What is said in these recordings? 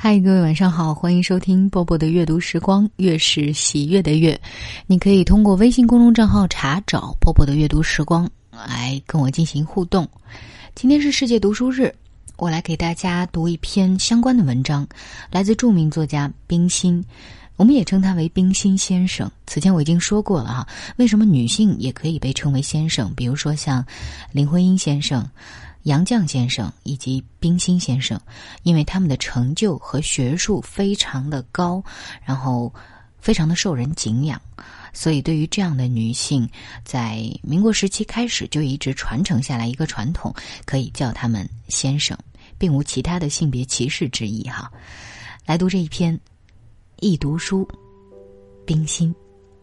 嗨，各位晚上好，欢迎收听波波的阅读时光，月是喜悦的月。你可以通过微信公众账号查找波波的阅读时光来跟我进行互动。今天是世界读书日，我来给大家读一篇相关的文章，来自著名作家冰心，我们也称他为冰心先生。此前我已经说过了哈，为什么女性也可以被称为先生，比如说像林徽因先生、杨绛先生以及冰心先生，因为他们的成就和学术非常的高，然后非常的受人敬仰，所以对于这样的女性，在民国时期开始就一直传承下来一个传统，可以叫他们先生，并无其他的性别歧视之意哈。来读这一篇一读书，冰心。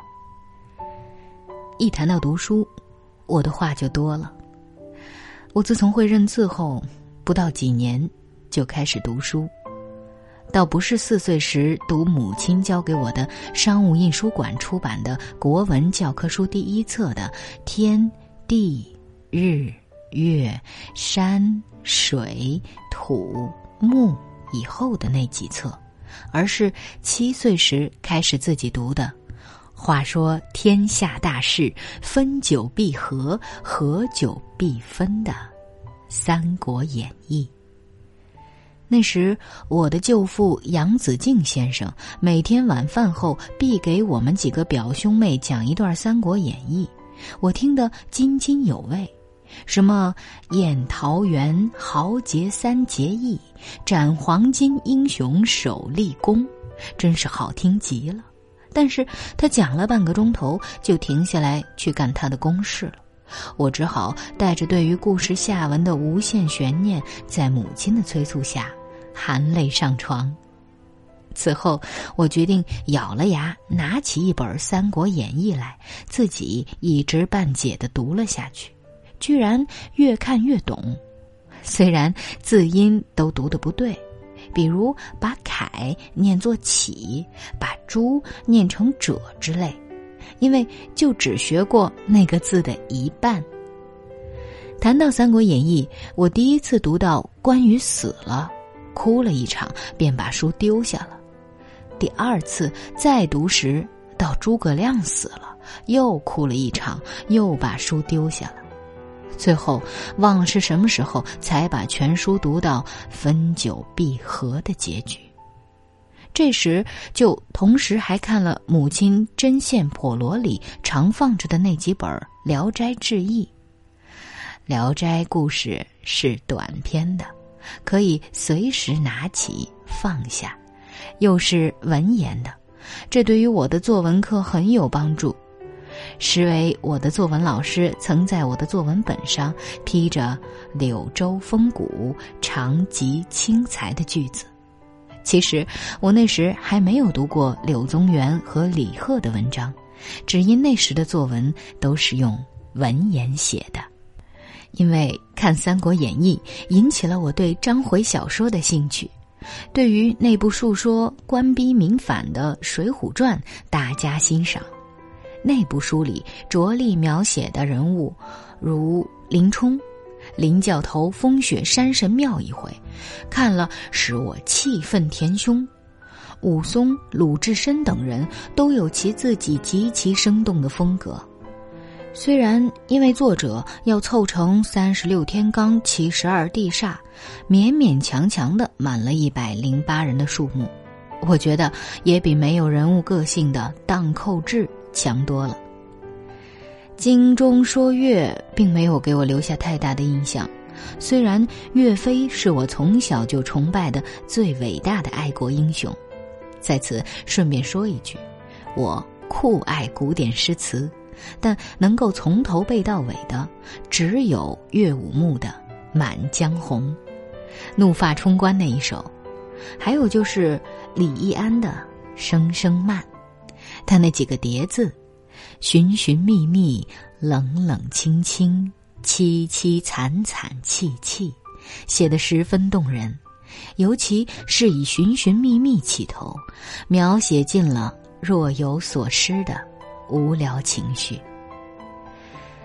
一谈到读书，我的话就多了。我自从会认字后，不到几年就开始读书，倒不是4岁时读母亲交给我的商务印书馆出版的国文教科书第1册的天地日月山水土木以后的那几册，而是7岁时开始自己读的。话说天下大事，分久必合，合久必分的《三国演义》。那时我的舅父杨子敬先生每天晚饭后必给我们几个表兄妹讲一段《三国演义》，我听得津津有味。什么宴桃园豪杰3结义，斩黄巾英雄首立功，真是好听极了。但是他讲了半个钟头就停下来去干他的公事了，我只好带着对于故事下文的无限悬念，在母亲的催促下含泪上床。此后我决定咬了牙拿起一本《三国演义》来，自己一知半解地读了下去，居然越看越懂。虽然字音都读得不对，比如把楷念作启，把朱念成者之类，因为就只学过那个字的一半。谈到《三国演义》，我第一次读到关羽死了，哭了一场，便把书丢下了。第2次再读时，到诸葛亮死了，又哭了一场，又把书丢下了。最后忘了是什么时候才把全书读到分久必合的结局。这时就同时还看了母亲针线笸箩里常放着的那几本《聊斋志异》。聊斋故事是短篇的，可以随时拿起放下，又是文言的，这对于我的作文课很有帮助。实为我的作文老师曾在我的作文本上批着柳州风骨，长及轻才的句子。其实我那时还没有读过柳宗元和李贺的文章，只因那时的作文都是用文言写的。因为看《三国演义》引起了我对章回小说的兴趣，对于那部述说官逼民反的《水浒传》大加欣赏。那部书里着力描写的人物，如林冲，林教头风雪山神庙一回，看了使我气愤填胸。武松、鲁智深等人都有其自己极其生动的风格。虽然因为作者要凑成36天罡72地煞，勉勉强强地满了108人的数目，我觉得也比没有人物个性的荡寇志强多了。精中说岳并没有给我留下太大的印象，虽然岳飞是我从小就崇拜的最伟大的爱国英雄。在此顺便说一句，我酷爱古典诗词，但能够从头背到尾的只有岳武穆的《满江红》，怒发冲冠那一首，还有就是李易安的《声声慢》。他那几个叠字，寻寻觅觅，冷冷清清，凄凄惨惨戚戚，写得十分动人，尤其是以寻寻觅觅起头，描写尽了若有所失的无聊情绪。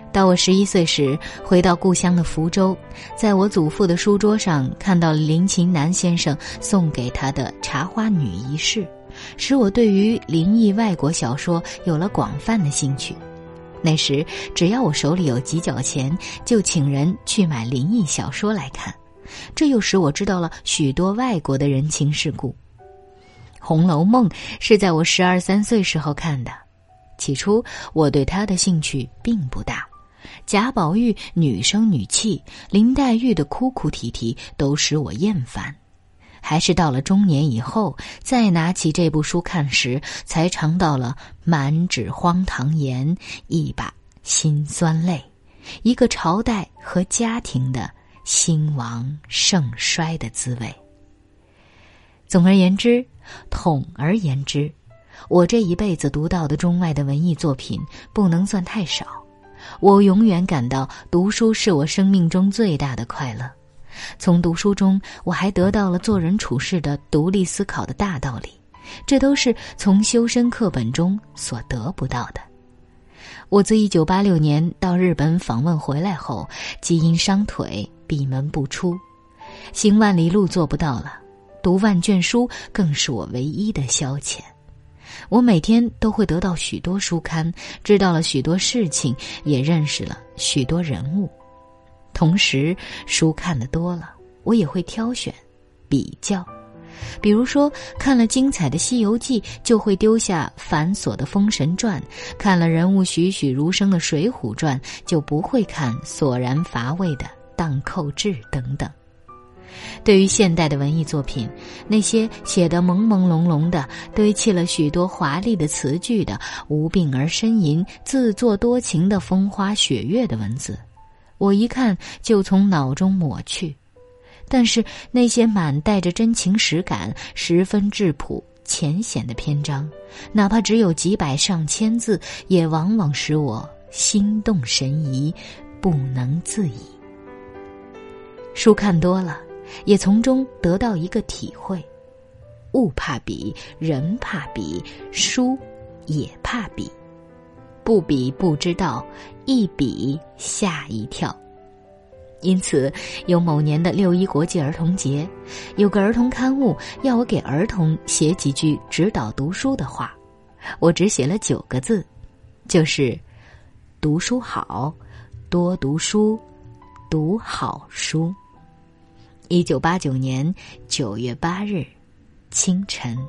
到我11岁时，回到故乡的福州，在我祖父的书桌上看到了林琴南先生送给他的《茶花女》一事，使我对于林异外国小说有了广泛的兴趣。那时只要我手里有几角钱，就请人去买林异小说来看，这又使我知道了许多外国的人情世故。《红楼梦》是在我12、13岁时候看的，起初我对它的兴趣并不大，贾宝玉女声女气，林黛玉的哭哭啼啼都使我厌烦。还是到了中年以后，再拿起这部书看时，才尝到了满纸荒唐言，一把辛酸泪，一个朝代和家庭的兴亡盛衰的滋味。总而言之，统而言之，我这一辈子读到的中外的文艺作品不能算太少。我永远感到读书是我生命中最大的快乐。从读书中，我还得到了做人处事的独立思考的大道理，这都是从修身课本中所得不到的。我自1986年到日本访问回来后，即因伤腿闭门不出，行万里路做不到了，读万卷书更是我唯一的消遣。我每天都会得到许多书刊，知道了许多事情，也认识了许多人物。同时书看得多了，我也会挑选比较，比如说看了精彩的《西游记》，就会丢下繁琐的《封神传》，看了人物栩栩如生的《水浒传》，就不会看索然乏味的《荡寇志》等等。对于现代的文艺作品，那些写得朦朦胧胧的，堆砌了许多华丽的词句的，无病而呻吟，自作多情的风花雪月的文字，我一看就从脑中抹去。但是那些满带着真情实感、十分质朴浅显的篇章，哪怕只有几百上千字，也往往使我心动神怡，不能自已。书看多了，也从中得到一个体会：物怕比，人怕比，书也怕比。不比不知道，一比吓一跳。因此有某年的6·1国际儿童节，有个儿童刊物要我给儿童写几句指导读书的话，我只写了9个字，就是读书好，多读书，读好书。1989年9月8日清晨。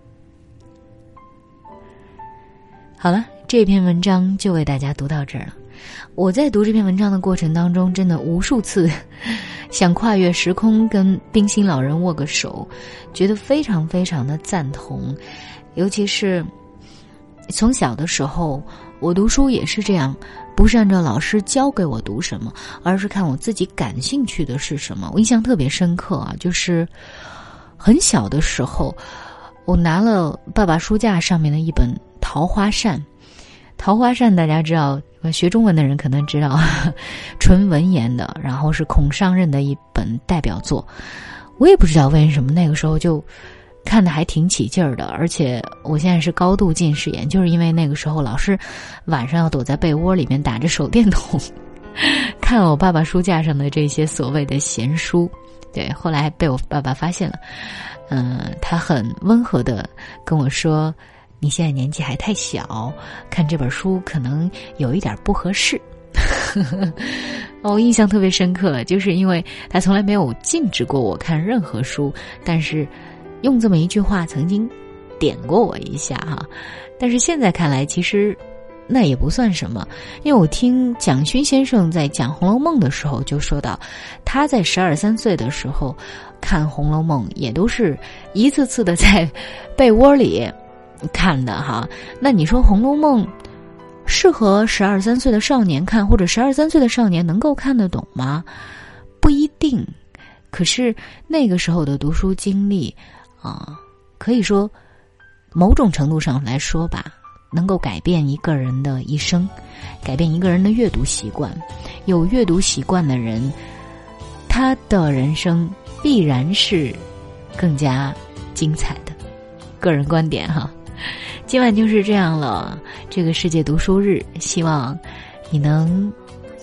好了，这篇文章就为大家读到这儿了。我在读这篇文章的过程当中，真的无数次想跨越时空跟冰心老人握个手，觉得非常非常的赞同。尤其是从小的时候，我读书也是这样，不是按照老师教给我读什么，而是看我自己感兴趣的是什么。我印象特别深刻啊，就是很小的时候，我拿了爸爸书架上面的一本《桃花扇》。桃花扇大家知道，学中文的人可能知道，纯文言的，然后是孔尚任的一本代表作。我也不知道为什么那个时候就看得还挺起劲儿的，而且我现在是高度近视眼，就是因为那个时候老师晚上要躲在被窝里面打着手电筒看我爸爸书架上的这些所谓的闲书。对，后来被我爸爸发现了，他很温和的跟我说，你现在年纪还太小，看这本书可能有一点不合适。我印象特别深刻，就是因为他从来没有禁止过我看任何书，但是用这么一句话曾经点过我一下哈。但是现在看来，其实那也不算什么，因为我听蒋勋先生在讲《红楼梦》的时候就说到，他在12、13岁的时候看《红楼梦》也都是一次次的在被窝里看的哈。那你说《红楼梦》适合12、13岁的少年看，或者12、13岁的少年能够看得懂吗？不一定。可是那个时候的读书经历可以说某种程度上来说吧，能够改变一个人的一生，改变一个人的阅读习惯。有阅读习惯的人，他的人生必然是更加精彩的。个人观点哈。今晚就是这样了，这个世界读书日，希望你能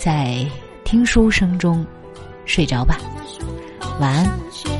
在听书声中睡着吧，晚安。